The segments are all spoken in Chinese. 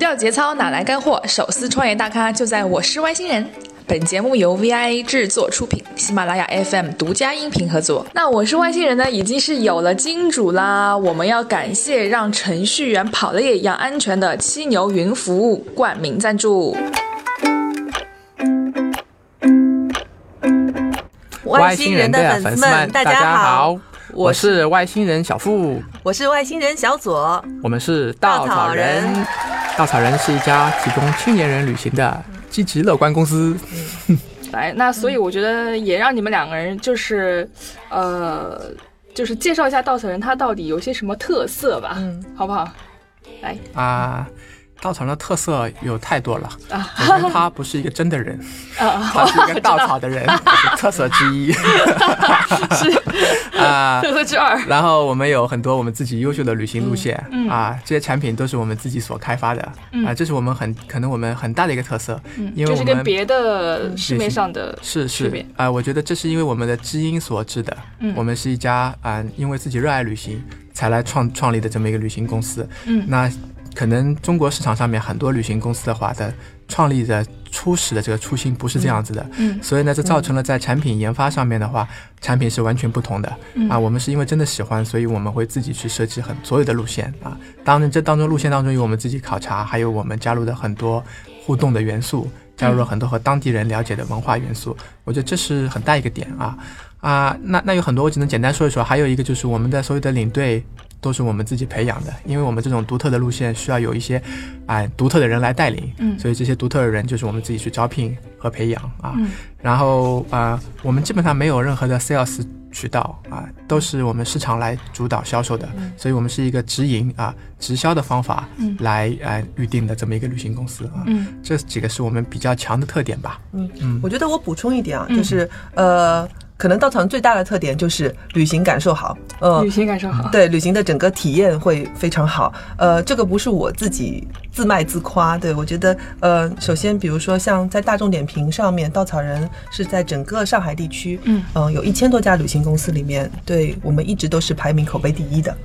掉节操哪来干货，手撕创业大咖就在我是外星人。本节目由 VIA 制作出品，喜马拉雅 FM 独家音频合作。那我是外星人呢，已经是有了金主啦，我们要感谢让程序员跑得也一样安全的七牛云服务冠名赞助。 外星人的粉丝们，大家好，我是外星人小付， 我是外星人小左， 我们是稻草人。稻草人是一家提供青年人旅行的积极乐观公司。 来，那所以我觉得也让你们两个人就是介绍一下稻草人他到底有些什么特色吧，好不好？来稻草人的特色有太多了首先他不是一个真的人他是一个稻草的人是特色之一是特色之二。 然后我们有很多我们自己优秀的旅行路线这些产品都是我们自己所开发的这是我们可能我们很大的一个特色因为我们就是跟别的市面上的区别我觉得这是因为我们的基因所致的我们是一家因为自己热爱旅行才来创立的这么一个旅行公司那可能中国市场上面很多旅行公司的话的创立的初始的这个初心不是这样子的所以呢这造成了在产品研发上面的话产品是完全不同的我们是因为真的喜欢所以我们会自己去设计所有的路线当然这当中路线当中有我们自己考察还有我们加入的很多互动的元素加入了很多和当地人了解的文化元素我觉得这是很大一个点那有很多我只能简单说一说还有一个就是我们的所有的领队都是我们自己培养的因为我们这种独特的路线需要有一些独特的人来带领所以这些独特的人就是我们自己去招聘和培养然后我们基本上没有任何的 sales 渠道都是我们市场来主导销售的所以我们是一个直营直销的方法来预定的这么一个旅行公司这几个是我们比较强的特点吧我觉得我补充一点就是可能稻草人最大的特点就是旅行感受好旅行感受好对旅行的整个体验会非常好这个不是我自己自卖自夸对我觉得首先比如说像在大众点评上面稻草人是在整个上海地区有1000多家旅行公司里面对我们一直都是排名口碑第一的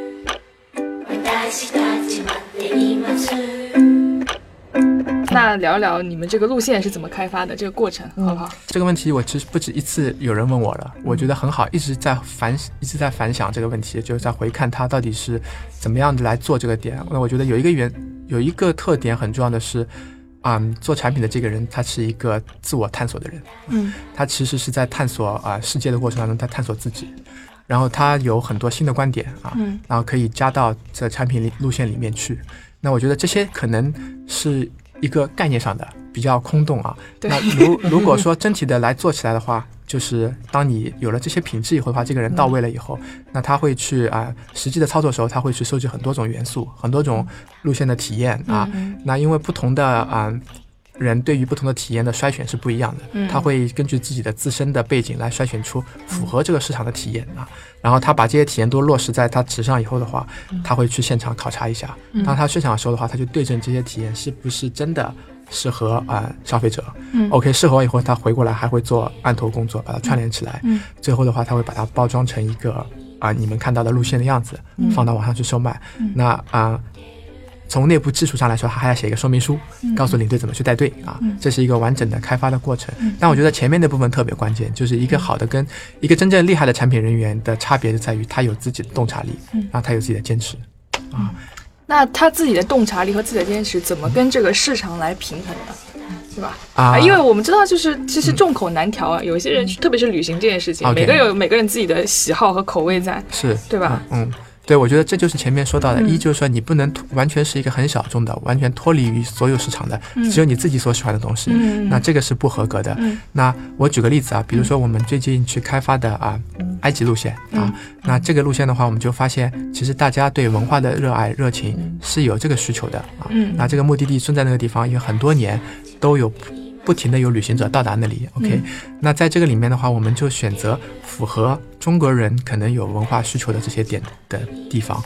那聊一聊你们这个路线是怎么开发的这个过程好不好这个问题我其实不止一次有人问我了我觉得很好一直在反想这个问题就是在回看它到底是怎么样的来做这个点那我觉得有一个特点很重要的是做产品的这个人他是一个自我探索的人他其实是在探索世界的过程当中他探索自己然后他有很多新的观点然后可以加到这产品路线里面去那我觉得这些可能是一个概念上的比较空洞那如果说真体的来做起来的话就是当你有了这些品质以后的话这个人到位了以后那他会去实际的操作的时候他会去收集很多种元素很多种路线的体验那因为不同的人对于不同的体验的筛选是不一样的他会根据自己的自身的背景来筛选出符合这个市场的体验然后他把这些体验都落实在他纸上以后的话他会去现场考察一下当他现场的时候的话他就对症这些体验是不是真的适合消费者OK 适合以后他回过来还会做案头工作把它串联起来最后的话他会把它包装成一个你们看到的路线的样子放到网上去售卖那从内部技术上来说他还要写一个说明书告诉领队怎么去带队这是一个完整的开发的过程但我觉得前面的部分特别关键就是一个好的跟一个真正厉害的产品人员的差别就在于他有自己的洞察力然后他有自己的坚持那他自己的洞察力和自己的坚持怎么跟这个市场来平衡的是吧因为我们知道就是其实众口难调有一些人特别是旅行这件事情每个人有每个人自己的喜好和口味在是对吧对我觉得这就是前面说到的就是说你不能完全是一个很小众的完全脱离于所有市场的只有你自己所喜欢的东西那这个是不合格的那我举个例子比如说我们最近去开发的埃及路线那这个路线的话我们就发现其实大家对文化的热爱热情是有这个需求的那这个目的地存在那个地方因为很多年都有不停的有旅行者到达那里 OK 那在这个里面的话我们就选择符合中国人可能有文化需求的这些点的地方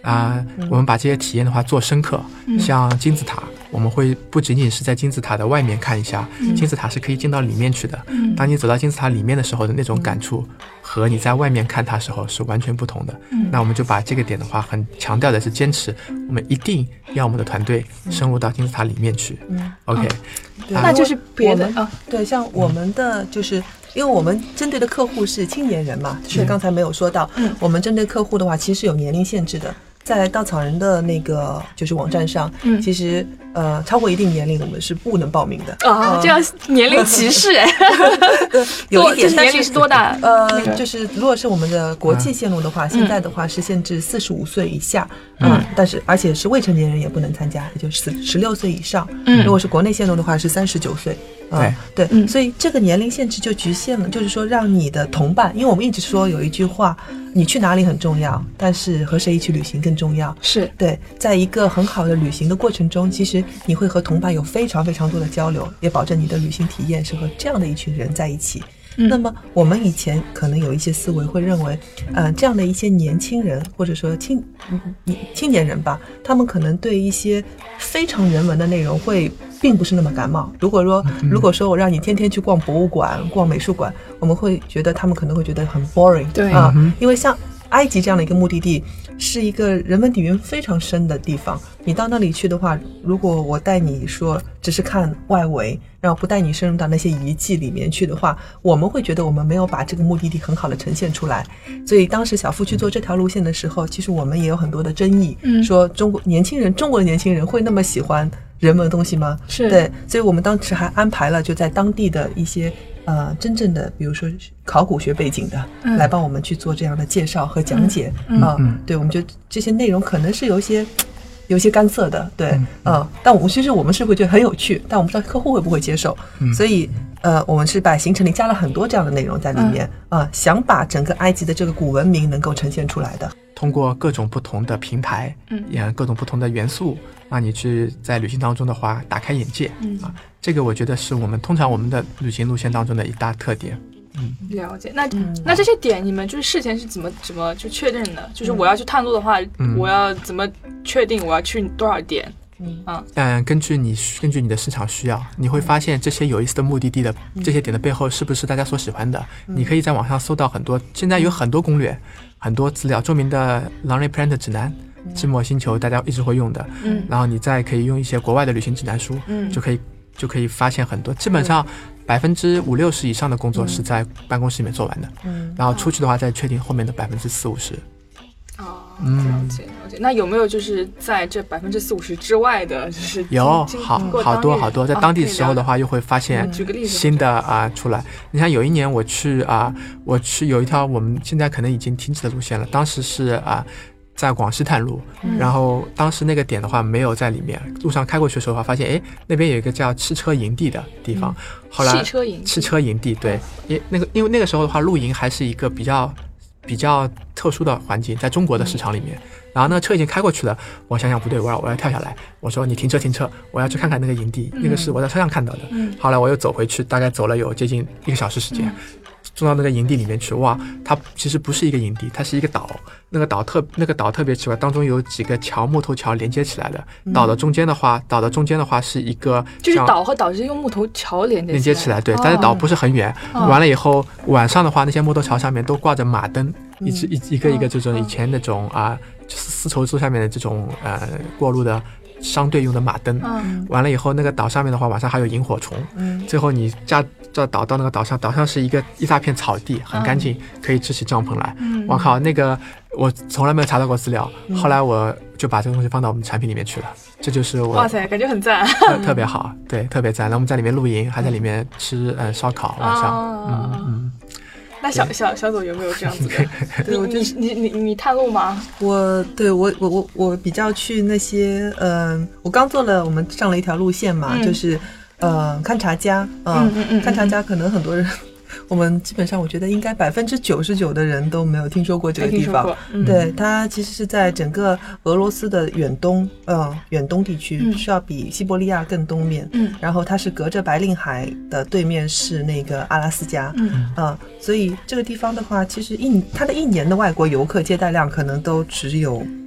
我们把这些体验的话做深刻，像金字塔，我们会不仅仅是在金字塔的外面看一下，金字塔是可以进到里面去的。当你走到金字塔里面的时候的那种感触，和你在外面看它的时候是完全不同的。那我们就把这个点的话，很强调的是坚持，我们一定要我们的团队深入到金字塔里面去。OK， 那就是别的啊。 对，像我们的就是因为我们针对的客户是青年人嘛，就是刚才没有说到，我们针对客户的话，其实有年龄限制的。在稻草人的那个就是网站上，其实超过一定年龄我们是不能报名的啊，这样年龄歧视哎， 有一点， 年龄是多大？ 就是如果是我们的国际线路的话，现在的话是限制45岁以下，但是而且是未成年人也不能参加，也就是16岁以上。如果是国内线路的话是39岁。对，所以这个年龄限制就局限了，就是说让你的同伴，因为我们一直说有一句话，你去哪里很重要，但是和谁一起旅行更重要。 是对，在一个很好的旅行的过程中，其实你会和同伴有非常非常多的交流，也保证你的旅行体验是和这样的一群人在一起。那么我们以前可能有一些思维会认为，这样的一些年轻人或者说青年人吧，他们可能对一些非常人文的内容会并不是那么感冒。如果说我让你天天去逛博物馆、逛美术馆，我们会觉得他们可能会觉得很 boring。 对因为像埃及这样的一个目的地是一个人文底蕴非常深的地方，你到那里去的话，如果我带你说只是看外围，然后不带你深入到那些遗迹里面去的话，我们会觉得我们没有把这个目的地很好的呈现出来。所以当时小付去做这条路线的时候，其实我们也有很多的争议，说中国的年轻人会那么喜欢人文的东西吗？ 是对， 所以我们当时还安排了就在当地的一些真正的比如说考古学背景的来帮我们去做这样的介绍和讲解。对，我们觉得这些内容可能是有一些干涩的，对，但我们其实是会觉得很有趣，但我们不知道客户会不会接受，所以我们是把行程里加了很多这样的内容在里面，想把整个埃及的这个古文明能够呈现出来的。 通过各种不同的平台，各种不同的元素，让你去在旅行当中的话打开眼界，这个我觉得是我们通常我们的旅行路线当中的一大特点。 了解。那这些点你们就是事前是怎么去确认的？就是我要去探路的话，我要怎么确定我要去多少点？ 根据你的市场需要，你会发现这些有意思的目的地的这些点的背后是不是大家所喜欢的。你可以在网上搜到很多，现在有很多攻略，很多资料，著名的 Lonely Planet 指南、寂寞星球大家一直会用的，然后你再可以用一些国外的旅行指南书，就可以发现很多，基本上50%-60%以上的工作是在办公室里面做完的，然后出去的话再确定后面的40%-50%。 了解。那有没有就是在这40%-50%之外的，就是有好多，在当地的时候的话，又会发现新的出来。你像有一年我去有一条我们现在可能已经停止的路线了，当时是在广西探路，然后当时那个点的话没有在里面，路上开过去的时候发现那边有一个叫汽车营地的地方，后来汽车营地对，因为那个时候的话露营还是一个比较特殊的环境，在中国的市场里面，然后那个车已经开过去了，我想想不对，我要跳下来，我说你停车，我要去看看那个营地，那个是我在车上看到的，后来我又走回去，大概走了有接近1个小时时间，坐到那个营地里面去，哇，它其实不是一个营地，它是一个岛，那个岛特别奇怪，当中有几个木头桥连接起来的，岛的中间的话是一个， 就是岛和岛是用木头桥连接起来， 对，但是岛不是很远，完了以后晚上的话，那些木头桥上面都挂着马灯，一个这种以前那种丝绸之路下面的这种过路的商队用的马灯，完了以后那个岛上面的话晚上还有萤火虫，最后你驾岛到那个岛上是一大片草地，很干净，可以支起帐篷来。我靠，那个我从来没有查到过资料，后来我就把这个东西放到我们产品里面去了，这就是我。 哇塞，感觉很赞， 特别好，对，特别赞。然后我们在里面露营，还在里面吃烧烤，晚上， 那小左有没有这样子的？对，你探路吗？ 我比较去那些我刚我们上了一条路线嘛，就是勘察家，勘察家可能很多人，我们基本上我觉得应该99%的人都没有听说过这个地方。对，它其实是在整个俄罗斯的远东地区，是要比西伯利亚更东面。然后它是隔着白令海的对面是那个阿拉斯加。所以这个地方的话，其实它的一年的外国游客接待量可能都只有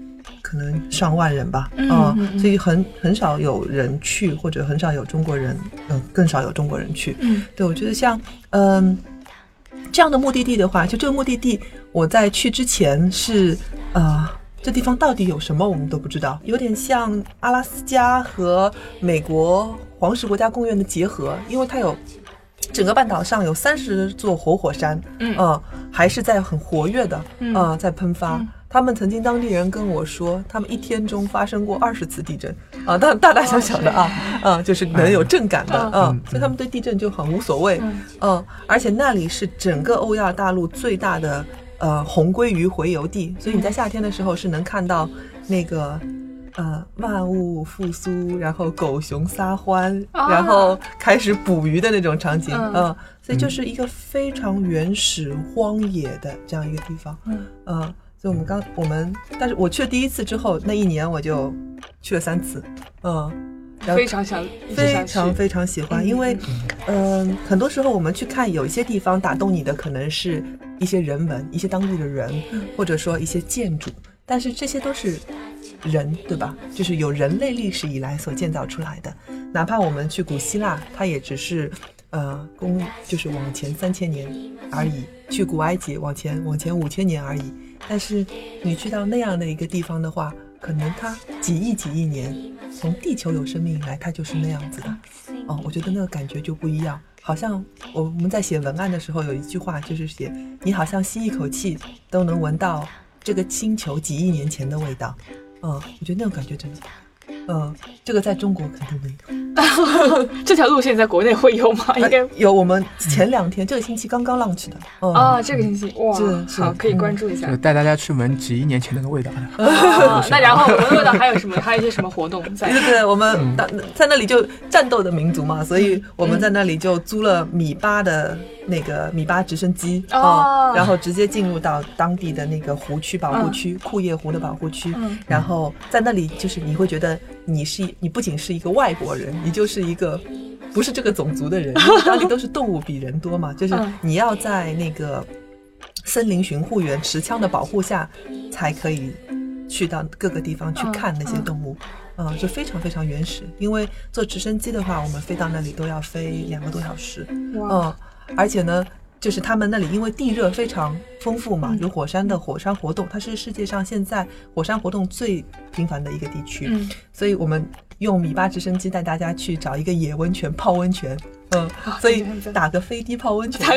可能上万人吧，所以很少有人去，或者很少有中国人，更少有中国人去。对，我觉得像这样的目的地的话，就这个目的地，我在去之前是这地方到底有什么我们都不知道，有点像阿拉斯加和美国黄石国家公园的结合，因为它有整个半岛上有30座活火山，还是在很活跃的，在喷发。他们曾经当地人跟我说，他们一天中发生过20次地震大大小小的就是能有震感的，所以他们对地震就很无所谓，而且那里是整个欧亚大陆最大的红鲑鱼洄游地，所以你在夏天的时候是能看到那个万物复苏，然后狗熊撒欢，然后开始捕鱼的那种场景，所以就是一个非常原始荒野的这样一个地方，所以但是我去了第1次之后，那1年我就去了3次， 非常想， 非常喜欢，因为很多时候我们去看有一些地方打动你的可能是一些人文，一些当地的人，或者说一些建筑，但是这些都是人，对吧？就是有人类历史以来所建造出来的，哪怕我们去古希腊，它也只是就是往前3000年而已，去古埃及往前5000年而已，但是你去到那样的一个地方的话，可能它几亿年，从地球有生命以来，它就是那样子的。我觉得那个感觉就不一样，好像我们在写文案的时候有一句话就是写，你好像吸一口气都能闻到这个星球几亿年前的味道。我觉得那种感觉真的，这个在中国肯定没有。 这条路线在国内会有吗？应该有。我们前2天这个星期刚刚 launch 的。 这个星期哇，好，可以关注一下。 带大家去闻几亿年前那个味道。 那然后闻味道还有什么？还有一些什么活动在？ 对，我们在那里就战斗的民族嘛，所以我们在那里就租了米八的那个米八直升机，然后直接进入到当地的那个湖区保护区，库页湖的保护区，然后在那里就是你会觉得你不仅是一个外国人，你就是一个不是这个种族的人，因为当地都是动物比人多嘛，就是你要在那个森林巡护员持枪的保护下才可以去到各个地方去看那些动物，就非常非常原始。因为坐直升机的话，我们飞到那里都要飞2个多小时，而且呢就是他们那里因为地热非常丰富嘛，有火山活动，它是世界上现在火山活动最频繁的一个地区，所以我们用米八直升机带大家去找一个野温泉泡温泉，所以打个飞的泡温泉，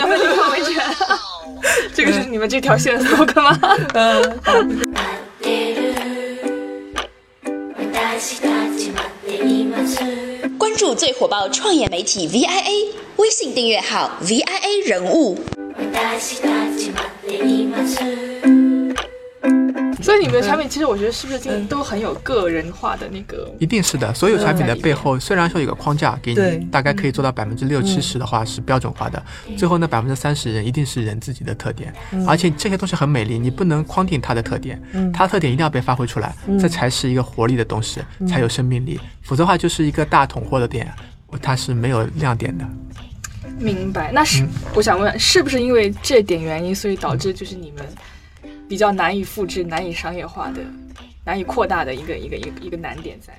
这个是你们这条线的 slogan 吗？ 关注最火爆创业媒体 VIA 微信订阅号 VIA 人物。 所以你们的产品其实我觉得是不是都很有个人化的那个？ 一定是的，所有产品的背后虽然说有个框架给你，大概可以做到60-70%的话是标准化的，最后那30%人一定是人自己的特点，而且这些东西很美丽，你不能框定它的特点，它的特点一定要被发挥出来，这才是一个活力的东西，才有生命力，否则的话就是一个大统货的店，它是没有亮点的。 明白。那是我想问，是不是因为这点原因，所以导致就是你们比较难以复制、难以商业化的、难以扩大的一个难点在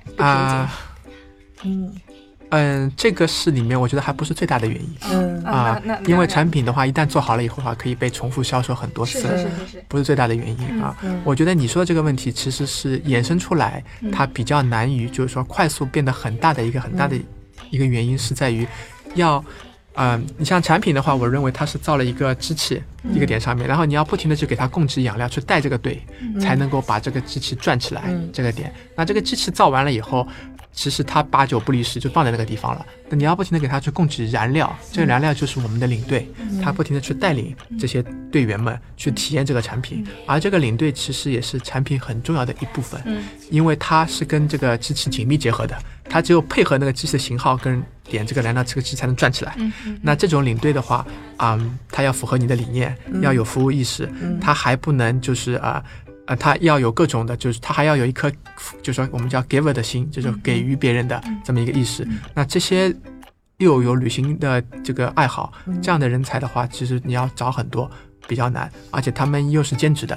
这个是里面我觉得还不是最大的原因因为产品的话一旦做好了以后的话可以被重复销售很多次，是不是最大的原因我觉得你说的这个问题其实是衍生出来它比较难于就是说快速变得很大的一个原因是在于你像产品的话，我认为它是造了一个机器一个点上面，然后你要不停的去给它供给养料，去带这个队，才能够把这个机器转起来这个点。那这个机器造完了以后，其实它8九不离10就放在那个地方了。那你要不停的给它去供给燃料，这个燃料就是我们的领队，他不停的去带领这些队员们去体验这个产品，而这个领队其实也是产品很重要的一部分，因为它是跟这个机器紧密结合的，它只有配合那个机器的型号跟点这个燃料，这个机器才能转起来。那这种领队的话它要符合你的理念，要有服务意识，它还不能就是他要有各种的，就是他还要有一颗就是说我们叫 giver 的心，就是给予别人的这么一个意识。那这些又有旅行的这个爱好，这样的人才的话其实你要找很多比较难，而且他们又是兼职的，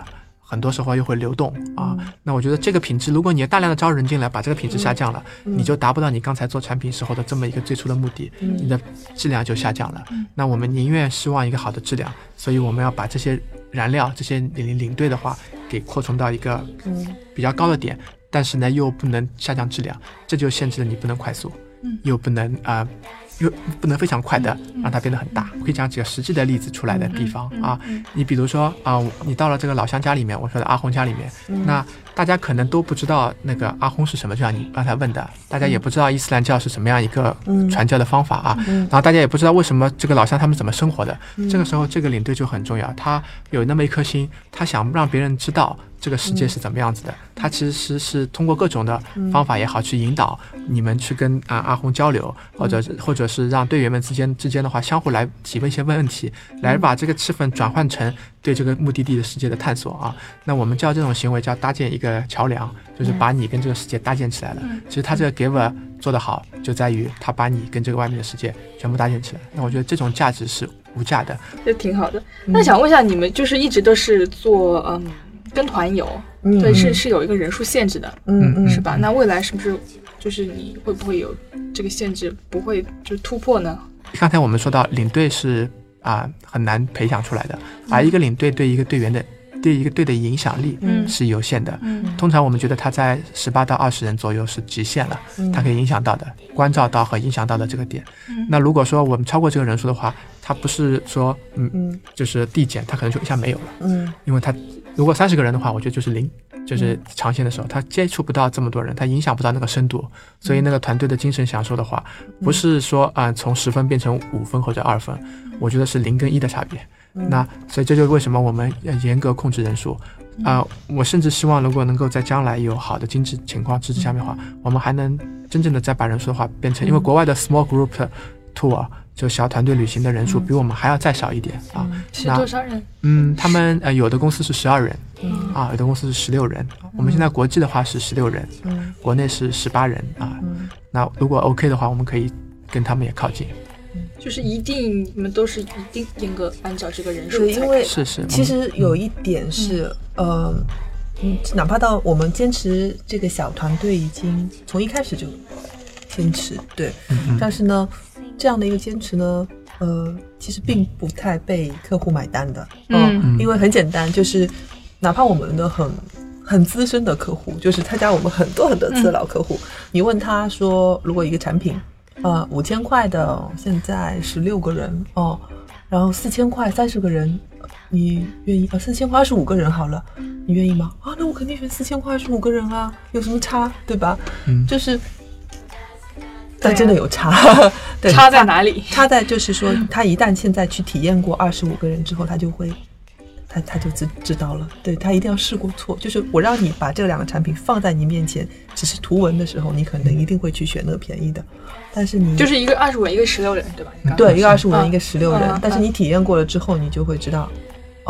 很多时候又会流动啊。那我觉得这个品质，如果你大量的招人进来，把这个品质下降了，你就达不到你刚才做产品时候的这么一个最初的目的，你的质量就下降了。那我们宁愿希望一个好的质量，所以我们要把这些燃料，这些领队的话，给扩充到一个比较高的点，但是呢又不能下降质量，这就限制了你不能快速，又不能又不能非常快的让它变得很大。我可以讲几个实际的例子出来的地方啊，你比如说你到了这个老乡家里面，我说的阿訇家里面，那大家可能都不知道那个阿訇是什么，就像你刚才问的，大家也不知道伊斯兰教是什么样一个传教的方法啊，然后大家也不知道为什么这个老乡他们怎么生活的。这个时候这个领队就很重要，他有那么一颗心，他想让别人知道这个世界是怎么样子的，他其实是通过各种的方法也好去引导你们去跟阿訇交流，或者是让队员们之间的话相互来提问一些问题，来把这个气氛转换成对这个目的地的世界的探索啊。那我们叫这种行为叫搭建一个桥梁，就是把你跟这个世界搭建起来了。其实他这个 giver 做得好，就在于他把你跟这个外面的世界全部搭建起来。那我觉得这种价值是无价的， 这挺好的。那想问一下，你们就是一直都是做跟团游，对，是有一个人数限制的，是吧？那未来是不是就是你会不会有这个限制，不会就是突破呢？ 刚才我们说到领队是很难培养出来的，而一个领队对一个队员的对一个队的影响力是有限的。通常我们觉得他在18到20人左右是极限了，他可以影响到的关照到和影响到的这个点。那如果说我们超过这个人数的话，他不是说就是递减，他可能就一下没有了。因为他如果30个人的话，我觉得就是0，就是长线的时候他接触不到这么多人，他影响不到那个深度，所以那个团队的精神享受的话，不是说从10分变成5分或者2分，我觉得是0跟1的差别。那所以这就是为什么我们要严格控制人数。我甚至希望如果能够在将来有好的经济情况支持下面的话，我们还能真正的再把人数的话变成，因为国外的 small group tour 就小团队旅行的人数比我们还要再少一点是多少人？ 他们有的公司是12人有的公司是16人。我们现在国际的话是16人，国内是18人那如果 OK 的话，我们可以跟他们也靠近。 就是你们都是一定严格按照这个人数， 因为是其实有一点是哪怕到我们坚持这个小团队已经从一开始就坚持，对，但是呢这样的一个坚持呢其实并不太被客户买单的。因为很简单，就是哪怕我们的很资深的客户，就是参加我们很多次的老客户，你问他说如果一个产品5000块的现在16个人然后4000块30个人，你愿意4000块25个人好了，你愿意吗？那我肯定选4000块25个人啊，有什么差，对吧？就是但真的有差对， 差在哪里？ 差在就是说他一旦现在去体验过25个人之后，他就会他就知道了，对，他一定要试过错。就是我让你把这2个产品放在你面前，只是图文的时候，你可能一定会去选那个便宜的，但是你就是一个25人，一个16人，对吧？ 对，一个25人，一个16人，但是你体验过了之后，你就会知道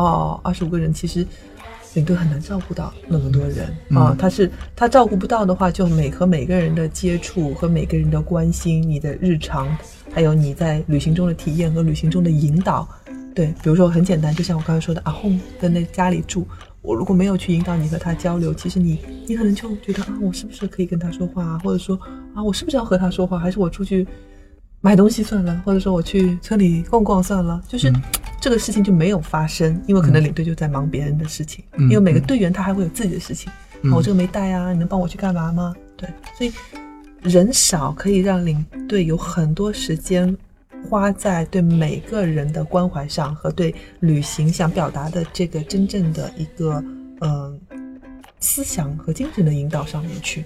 ，25个人其实领队很难照顾到那么多人他照顾不到的话，就和每个人的接触和每个人的关心，你的日常，还有你在旅行中的体验和旅行中的引导。对，比如说很简单，就像我刚才说的，阿訇在那家里住，我如果没有去引导你和他交流，其实你可能就觉得我是不是可以跟他说话或者说我是不是要和他说话，还是我出去买东西算了，或者说我去村里逛逛算了，就是这个事情就没有发生，因为可能领队就在忙别人的事情，因为每个队员他还会有自己的事情，我这个没带你能帮我去干嘛吗？对，所以人少可以让领队有很多时间花在对每个人的关怀上，和对旅行想表达的这个真正的一个思想和精神的引导上面去。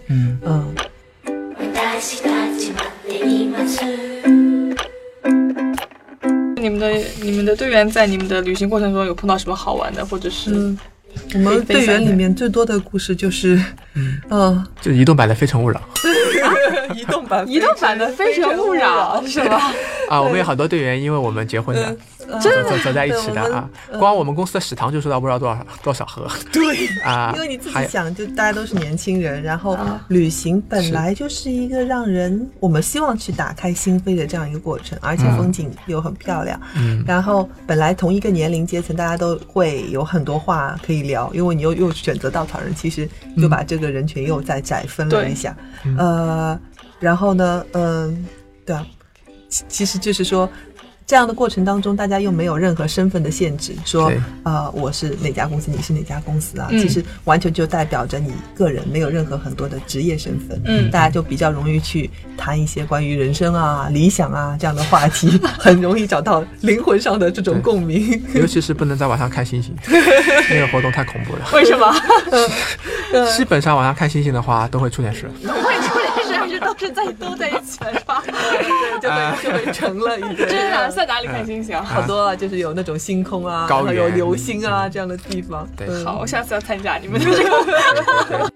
你们的队员在你们的旅行过程中有碰到什么好玩的，或者是我们队员里面最多的故事就是就移动版的非诚勿扰。 移动版的非诚勿扰是吧？ 我们有好多队员因为我们结婚的。 走在一起的啊。光我们公司的食堂就收到不知道多少盒。 对啊， 因为你自己想，就大家都是年轻人，然后旅行本来就是一个让人我们希望去打开心扉的这样一个过程，而且风景又很漂亮。然后本来同一个年龄阶层，大家都会有很多话可以聊，因为你又选择稻草人，其实就把这个人群又再窄分了一下。然后呢，对啊，其实就是说，这样的过程当中，大家又没有任何身份的限制，说我是哪家公司，你是哪家公司啊？其实完全就代表着你个人没有任何很多的职业身份。大家就比较容易去谈一些关于人生啊、理想啊这样的话题，很容易找到灵魂上的这种共鸣。 尤其是不能在晚上看星星，那个活动太恐怖了。 为什么？ 基本上晚上看星星的话，都会出点事。 会出点事，还是都在一起了，是吧？ 对，就会成了一个。 真的，在哪里看星星啊？ 好多啊，就是有那种星空啊， 高原有流星啊这样的地方。 对， 好，我下次要参加你们的这个。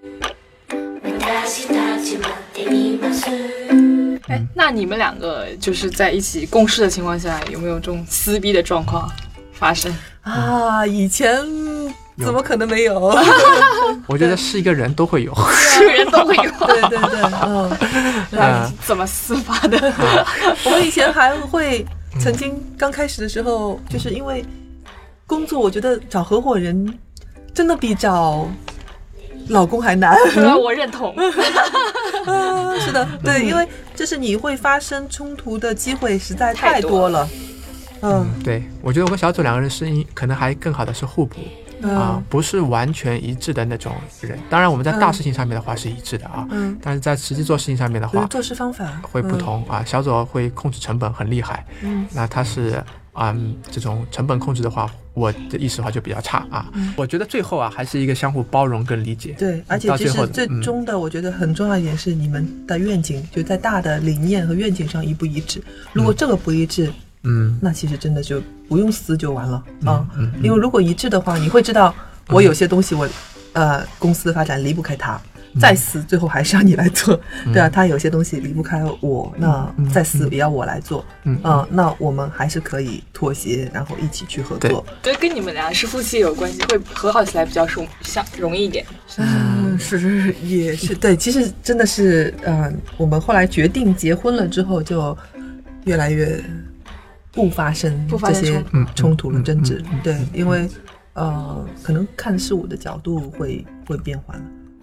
那你们两个就是在一起共事的情况下，有没有这种撕逼的状况发生啊？以前怎么可能没有？ 我觉得是一个人都会有， 是个人都会有。 对， 那怎么撕发的？ 我们以前还会曾经刚开始的时候，就是因为工作，我觉得找合伙人真的比找老公还难。 我认同。 是的，对，因为就是你会发生冲突的机会实在太多了。 对，我觉得我跟小左两个人是可能还更好的是互补。不是完全一致的那种人。当然我们在大事情上面的话是一致的啊，但是在实际做事情上面的话， 做事方法会不同啊。小左会控制成本很厉害，那他是这种成本控制的话，我的意识的话就比较差啊。我觉得最后还是一个相互包容跟理解。 对，而且其实最终的我觉得很重要一点是你们的愿景，就在大的理念和愿景上一不一致。如果这个不一致，那其实真的就不用撕就完了啊。因为如果一致的话，你会知道我有些东西我公司的发展离不开它，再撕最后还是要你来做，对啊，他有些东西离不开我，那再撕也要我来做，那我们还是可以妥协，然后一起去合作。 对，跟你们俩是夫妻有关系，会和好起来比较容易一点。 是也是对，其实真的是我们后来决定结婚了之后，就越来越不发生这些冲突了，争执。对，因为可能看事物的角度会变化了。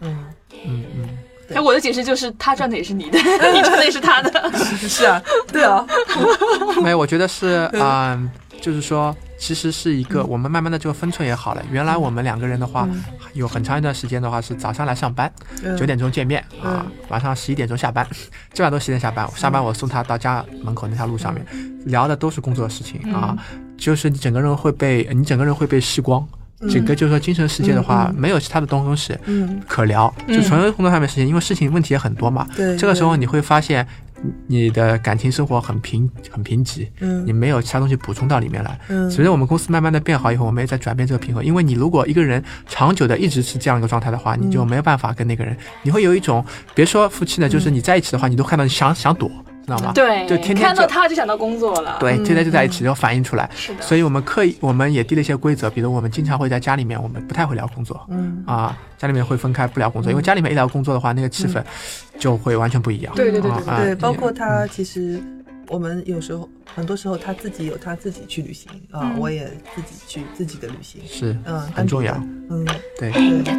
我的解释就是他赚的也是你的，你赚的也是他的。 是啊，对啊。 没有，我觉得是就是说其实是一个我们慢慢的这个分寸也好了。原来我们两个人的话有很长一段时间的话是早上来上班，9点钟见面晚上11点钟下班，基本上都10点下班。下班我送他到家门口那条路上面，聊的都是工作的事情就是你整个人会被吸光。整个就是说精神世界的话，没有其他的东西可聊，就纯工作上面事情，因为事情问题也很多嘛。这个时候你会发现你的感情生活很贫瘠，你没有其他东西补充到里面来。随着我们公司慢慢的变好以后，我们也在转变这个平衡。因为你如果一个人长久的一直是这样一个状态的话，你就没有办法跟那个人，你会有一种别说夫妻呢，就是你在一起的话，你都看到你想躲。知道吗？ 对， 就天天看到他就想到工作了。 对，天天就在一起就反映出来。 是的。 所以我们也定了一些规则，比如我们经常会在家里面，我们不太会聊工作。家里面会分开不聊工作，因为家里面一聊工作的话，那个气氛就会完全不一样。 对， 包括他其实我们很多时候他自己有他自己去旅行我也自己去自己的旅行， 是很重要。对。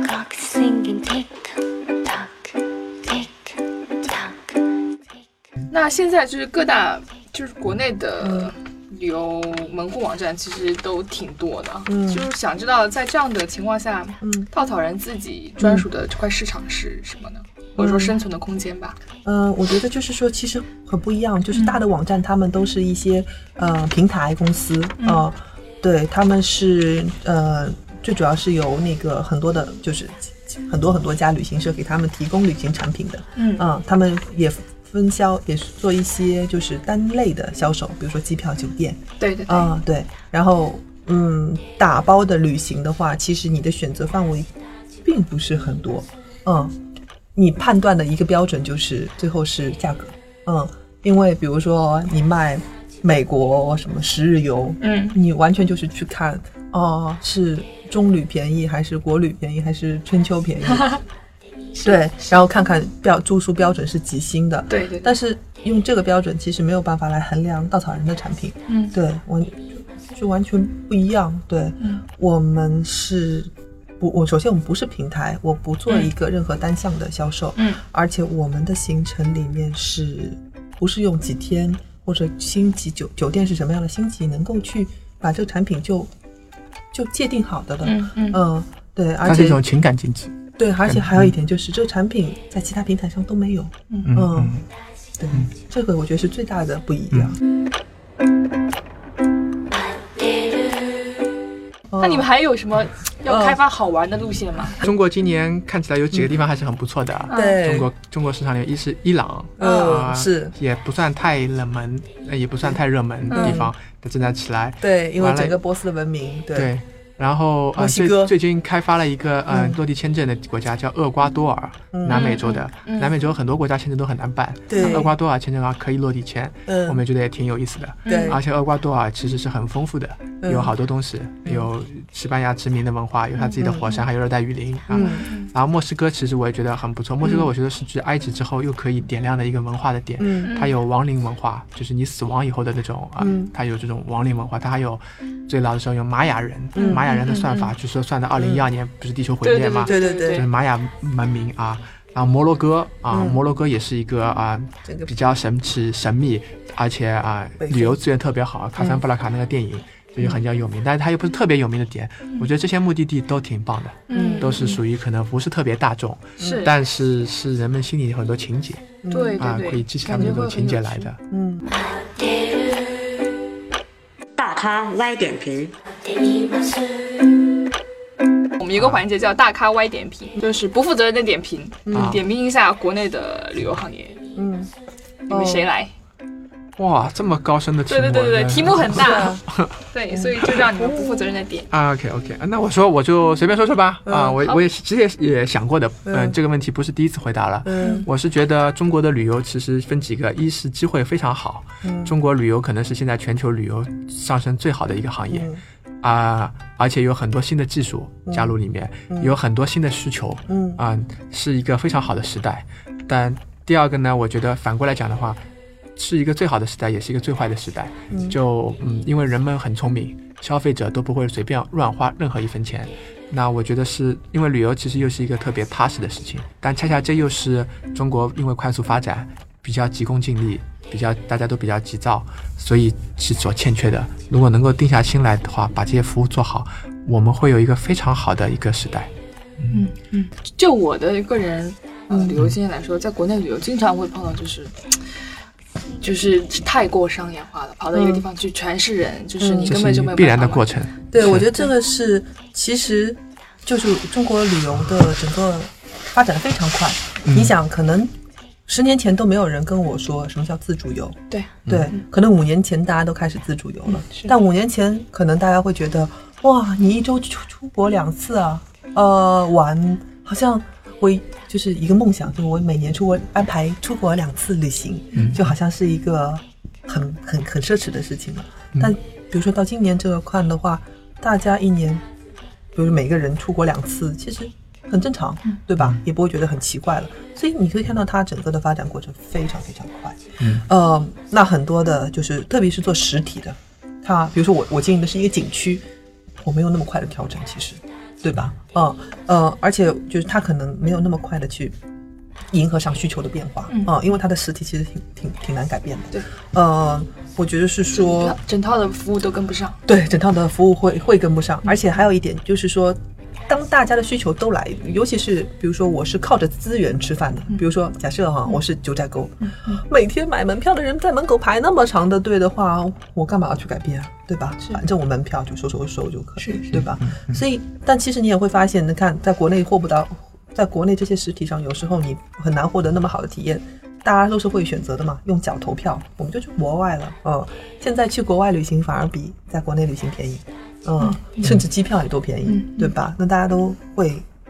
那现在就是各大就是国内的旅游门户网站其实都挺多的，就是想知道在这样的情况下，稻草人自己专属的这块市场是什么呢？或者说生存的空间吧？ 我觉得就是说其实很不一样，就是大的网站他们都是一些平台公司对，他们是最主要是由那个很多的就是很多家旅行社给他们提供旅行产品的，他们也分销，也是做一些就是单类的销售，比如说机票、酒店。对，然后打包的旅行的话，其实你的选择范围并不是很多，你判断的一个标准就是最后是价格，因为比如说你卖美国什么10日游，你完全就是去看是中旅便宜还是国旅便宜还是春秋便宜对，然后看看住宿标准是几星的， 对对， 但是用这个标准其实没有办法来衡量稻草人的产品，对，就完全不一样，对，我们是首先我们不是平台，我不做一个任何单项的销售，而且我们的行程里面不是用几天或者星级酒店是什么样的星级能够去把这个产品就界定好的了，对，而且它是一种情感经济。 对，而且还有一点就是这个产品在其他平台上都没有，对，这个我觉得是最大的不一样。 那你们还有什么要开发好玩的路线吗？ 中国今年看起来有几个地方还是很不错的， 对， 中国市场里面，一是伊朗， 是也不算太冷门，也不算太热门的地方，它正在起来， 对，因为整个波斯的文明，对。 然后最近开发了一个落地签证的国家叫厄瓜多尔，南美洲的，南美洲很多国家签证都很难办，厄瓜多尔签证可以落地签，我们觉得也挺有意思的， 对， 而且厄瓜多尔其实是很丰富的，有好多东西，有西班牙殖民的文化，有他自己的火山，还有热带雨林然后墨西哥其实我也觉得很不错，墨西哥我觉得是继埃及之后又可以点亮的一个文化的点，它有亡灵文化，就是你死亡以后的那种它有这种亡灵文化，它还有最老的时候有玛雅人，玛雅人的算法就是说算到2012年不是地球毁灭吗？ 对， 就是玛雅文明然后摩洛哥摩洛哥也是一个比较神秘，而且旅游资源特别好，卡桑布拉卡那个电影就是很有名，但是它又不是特别有名的点，我觉得这些目的地都挺棒的，都是属于可能不是特别大众，但是人们心里有很多情节， 对可以激起他们那种情节来的。 大咖歪点评。 我们有个环节叫大咖歪点评，就是不负责任的点评，点评一下国内的旅游行业。你们谁来？ 哇，这么高深的题目！ 对，题目很大，对，所以就让你们不负责任的点。 OK， 那我就随便说说吧。我也其实也想过的，这个问题不是第一次回答了。我是觉得中国的旅游其实分几个，一是机会非常好，中国旅游可能是现在全球旅游上升最好的一个行业。而且有很多新的技术加入里面，有很多新的需求，是一个非常好的时代。但第二个呢，我觉得反过来讲的话，是一个最好的时代，也是一个最坏的时代。因为人们很聪明，消费者都不会随便乱花任何一分钱。那我觉得是因为旅游其实又是一个特别踏实的事情，但恰恰这又是中国因为快速发展，比较急功近利，大家都比较急躁，所以是所欠缺的。如果能够定下心来的话，把这些服务做好，我们会有一个非常好的一个时代。 就我的个人旅游经验来说，在国内旅游经常会碰到就是太过商业化了，跑到一个地方去全是人，就是你根本就没有办法必然的过程。 对，我觉得这个其实就是中国旅游的整个发展非常快。你想，可能10年前都没有人跟我说什么叫自助游，对，可能5年前大家都开始自助游了，但5年前可能大家会觉得，哇，你一周出国2次玩，好像我就是一个梦想，就是我每年安排出国2次旅行，就好像是一个很奢侈的事情了。但比如说到今年这个看的话，大家一年，比如每个人出国2次，其实很正常，对吧？也不会觉得很奇怪了。所以你可以看到它整个的发展过程非常非常快。那很多的就是特别是做实体的，它比如说我经营的是一个景区，我没有那么快的调整，其实，对吧？而且就是它可能没有那么快的去迎合上需求的变化，因为它的实体其实挺难改变的。 对， 我觉得是说整套的服务都跟不上。 对，整套的服务会跟不上，而且还有一点就是说，当大家的需求都来，尤其是比如说我是靠着资源吃饭的，比如说假设我是九寨沟，每天买门票的人在门口排那么长的队的话，我干嘛要去改变啊？对吧？反正我门票就收就可以，对吧？所以，但其实你也会发现，你看在国内在国内这些实体上，有时候你很难获得那么好的体验。大家都是会选择的嘛，用脚投票，我们就去国外了。现在去国外旅行反而比在国内旅行便宜，甚至机票也都便宜，对吧？那大家都会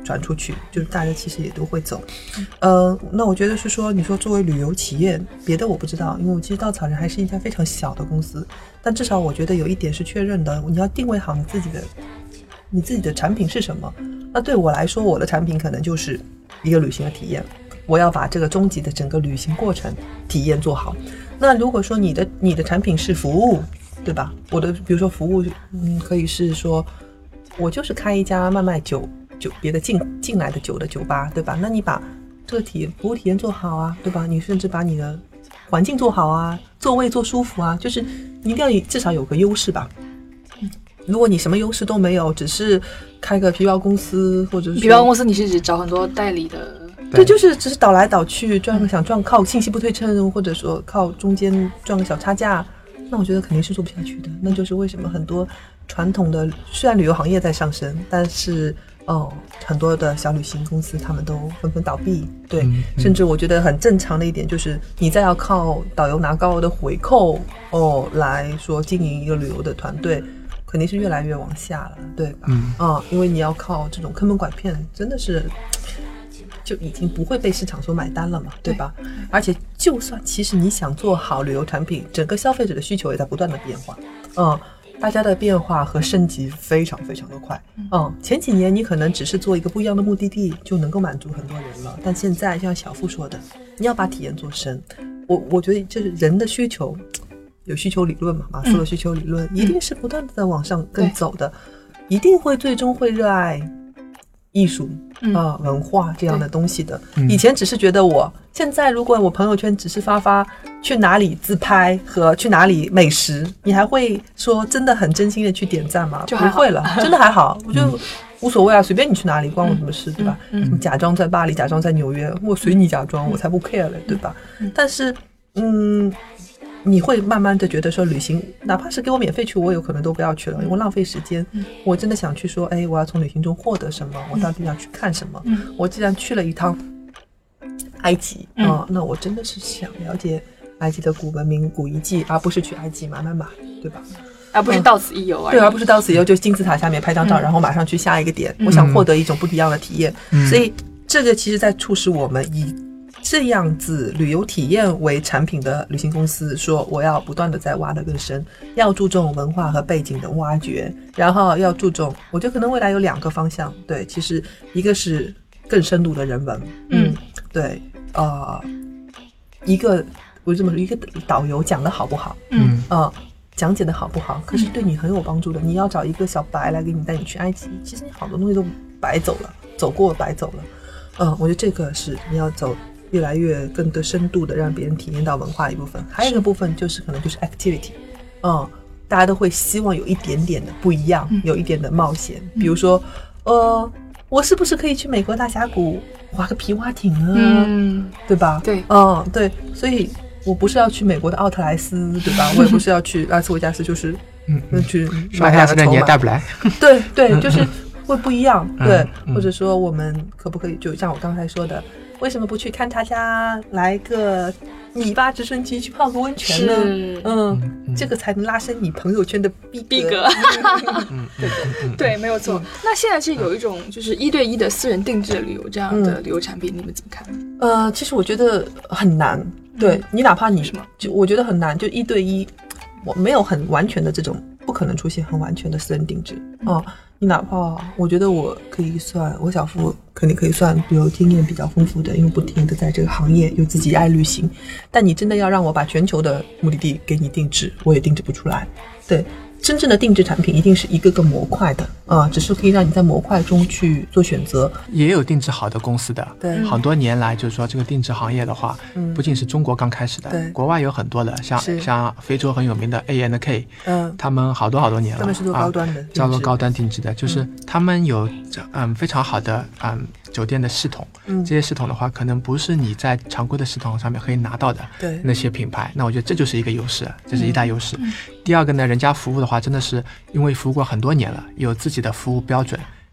转出去，就是大家其实也都会走。那我觉得是说，你说作为旅游企业，别的我不知道，因为我其实稻草人还是一家非常小的公司，但至少我觉得有一点是确认的，你要定位好你自己的产品是什么。那对我来说，我的产品可能就是一个旅行的体验，我要把这个终极的整个旅行过程体验做好。那如果说你的产品是服务，对吧？我的比如说服务，可以是说我就是开一家卖酒别的进来的酒的酒吧，对吧？那你把这个服务体验做好啊，对吧？你甚至把你的环境做好啊，座位做舒服啊，就是你一定要至少有个优势吧。如果你什么优势都没有，只是开个皮包公司，或者是皮包公司，你是指找很多代理的？ 对，就是只是倒来倒去想赚靠信息不对称，或者说靠中间赚个小差价，那我觉得肯定是做不下去的。那就是为什么很多传统的虽然旅游行业在上升，但是很多的小旅行公司他们都纷纷倒闭。对，甚至我觉得很正常的一点就是你再要靠导游拿高额的回扣来说经营一个旅游的团队，肯定是越来越往下了，对吧？因为你要靠这种坑蒙拐骗，真的是就已经不会被市场所买单了嘛，对吧？而且就算其实你想做好旅游产品，整个消费者的需求也在不断的变化，大家的变化和升级非常非常的快。前几年你可能只是做一个不一样的目的地就能够满足很多人了，但现在像小付说的，你要把体验做深。我觉得就是人的需求有需求理论嘛，马斯洛需求理论一定是不断的在往上更走的，一定会最终会热爱艺术文化这样的东西的。以前只是觉得现在如果我朋友圈只是发去哪里自拍和去哪里美食，你还会说真的很真心的去点赞吗？就不会了，真的还好，我就无所谓啊，随便你去哪里关我什么事，对吧？假装在巴黎，假装在纽约，我随你假装，我才不 care 嘞，对吧？但是你会慢慢的觉得说旅行哪怕是给我免费去，我有可能都不要去了，因为我浪费时间。我真的想去说我要从旅行中获得什么，我到底要去看什么。我既然去了一趟埃及那我真的是想了解埃及的古文明古遗迹，而不是去埃及买，对吧？ 而不是到此一游而已。 对，而不是到此一游就金字塔下面拍张照，然后马上去下一个点。我想获得一种不一样的体验。所以这个其实在促使我们以这样子旅游体验为产品的旅行公司说，我要不断的在挖得更深，要注重文化和背景的挖掘，然后要注重，我觉得可能未来有2个方向。对，其实一个是更深度的人文，对，一个我这么说，一个导游讲的好不好，讲解的好不好，可是对你很有帮助的。你要找一个小白来给你带你去埃及，其实你好多东西都白走了，走过白走了。我觉得这个是你要走越来越更的深度的让别人体验到文化一部分。还有一个部分就是可能就是 activity，大家都会希望有一点点的不一样，有一点的冒险。比如说我是不是可以去美国大峡谷划个皮划艇呢？对吧？对，对，所以我不是要去美国的奥特莱斯，对吧？我也不是要去拉斯维加斯，就是去买2个筹码，你也带不来。 对，就是会不一样。对，或者说我们可不可以就像我刚才说的，为什么不去勘察家来个米八直升机去泡个温泉呢？这个才能拉升你朋友圈的逼格。 对，没有错。那现在是有一种就是1对1的私人定制的旅游这样的旅游产品，你们怎么看？ 其实我觉得很难。对，你哪怕你就我觉得很难，就1对1，我没有很完全的这种，不可能出现很完全的私人定制。你哪怕我觉得我可以算，我小付肯定可以算旅游经验比较丰富的，因为不停的在这个行业，又自己爱旅行。但你真的要让我把全球的目的地给你定制，我也定制不出来。对，真正的定制产品一定是一个个模块的只是可以让你在模块中去做选择。 也有定制好的公司的， 对， 很多年来就是说这个定制行业的话，不仅是中国刚开始的， 对， 国外有很多的，像非洲很有名的 A&K，他们好多年了， 他们是做高端的， 做高端定制的，就是他们有非常好的酒店的系统，这些系统的话可能不是你在常规的系统上面可以拿到的，对，那些品牌，那我觉得这就是一个优势，这是一大优势。第二个呢，人家服务的话真的是因为服务过很多年了，有自己的服务标准，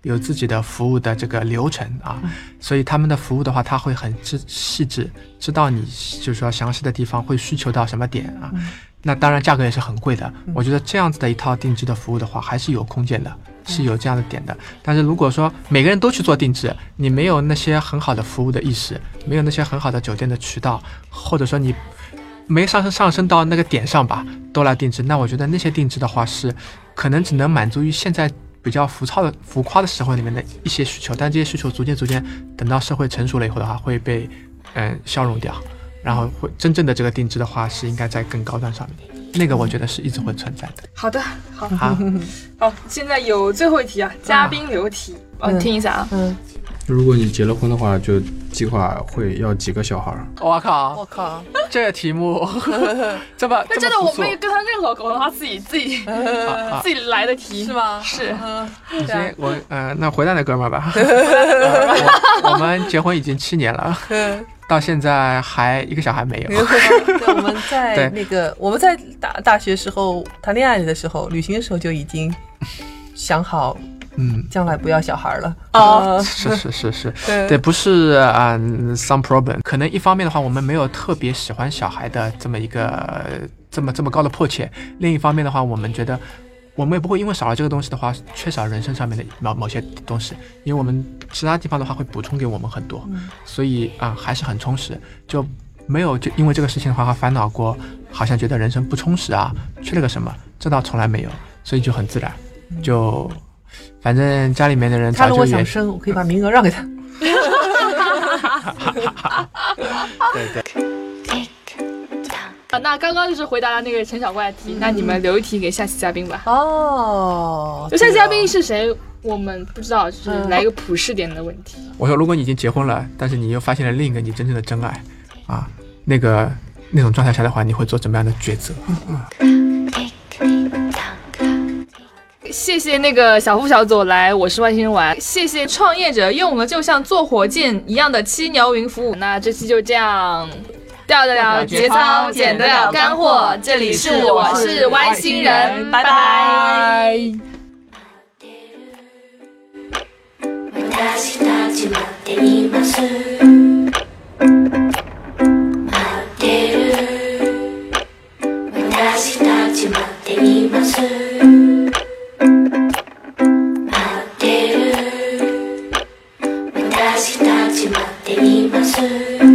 有自己的服务的这个流程啊，所以他们的服务的话，他会很细致，知道你就是说详细的地方会需求到什么点啊。那当然价格也是很贵的，我觉得这样子的一套定制的服务的话，还是有空间的，是有这样的点的。但是如果说每个人都去做定制，你没有那些很好的服务的意识，没有那些很好的酒店的渠道，或者说你没上升到那个点上吧，都来定制，那我觉得那些定制的话是可能只能满足于现在比较浮夸的社会里面的一些需求，但这些需求逐渐等到社会成熟了以后的话，会被消融掉。然后会真正的这个定制的话，是应该在更高端上面，那个我觉得是一直会存在的。 好的，好，现在有最后一题啊，嘉宾留题，听一下啊。 如果你结了婚的话，就计划会要几个小孩？ 我靠，这个题目这么那真的我没跟他任何沟通，他自己来的题是吗？ 是。 行，我那回答那哥们儿吧。我们结婚已经7年了。到现在还一个小孩没有。 对，我们在我们在大学时候谈恋爱的时候，旅行的时候就已经想好，将来不要小孩了。 是，对，不是some problem。可能一方面的话，我们没有特别喜欢小孩的这么一个这么高的迫切；另一方面的话，我们觉得我们也不会因为少了这个东西的话，缺少人生上面的某些东西，因为我们其他地方的话会补充给我们很多，所以还是很充实，就没有就因为这个事情的话烦恼过，好像觉得人生不充实啊，缺了个什么，这倒从来没有，所以就很自然，就反正家里面的人早就他如果想生，我可以把名额让给他。 对。 那刚刚就是回答了那个陈小怪的题，那你们留一题给下期嘉宾吧。 就下期嘉宾是谁？我们不知道，就是来一个普适点的问题。 我说，如果你已经结婚了，但是你又发现了另一个你真正的真爱啊，那种状态下的话，你会做怎么样的抉择？ 谢谢那个小夫小左来我是外星人玩，谢谢创业者用了就像坐火箭一样的七鸟云服务。那这期就这样，掉得了节操，捡得了干货。这里是我是外星人，拜拜。 私たち待っています待ってる私たち待っています待ってる私たち待っています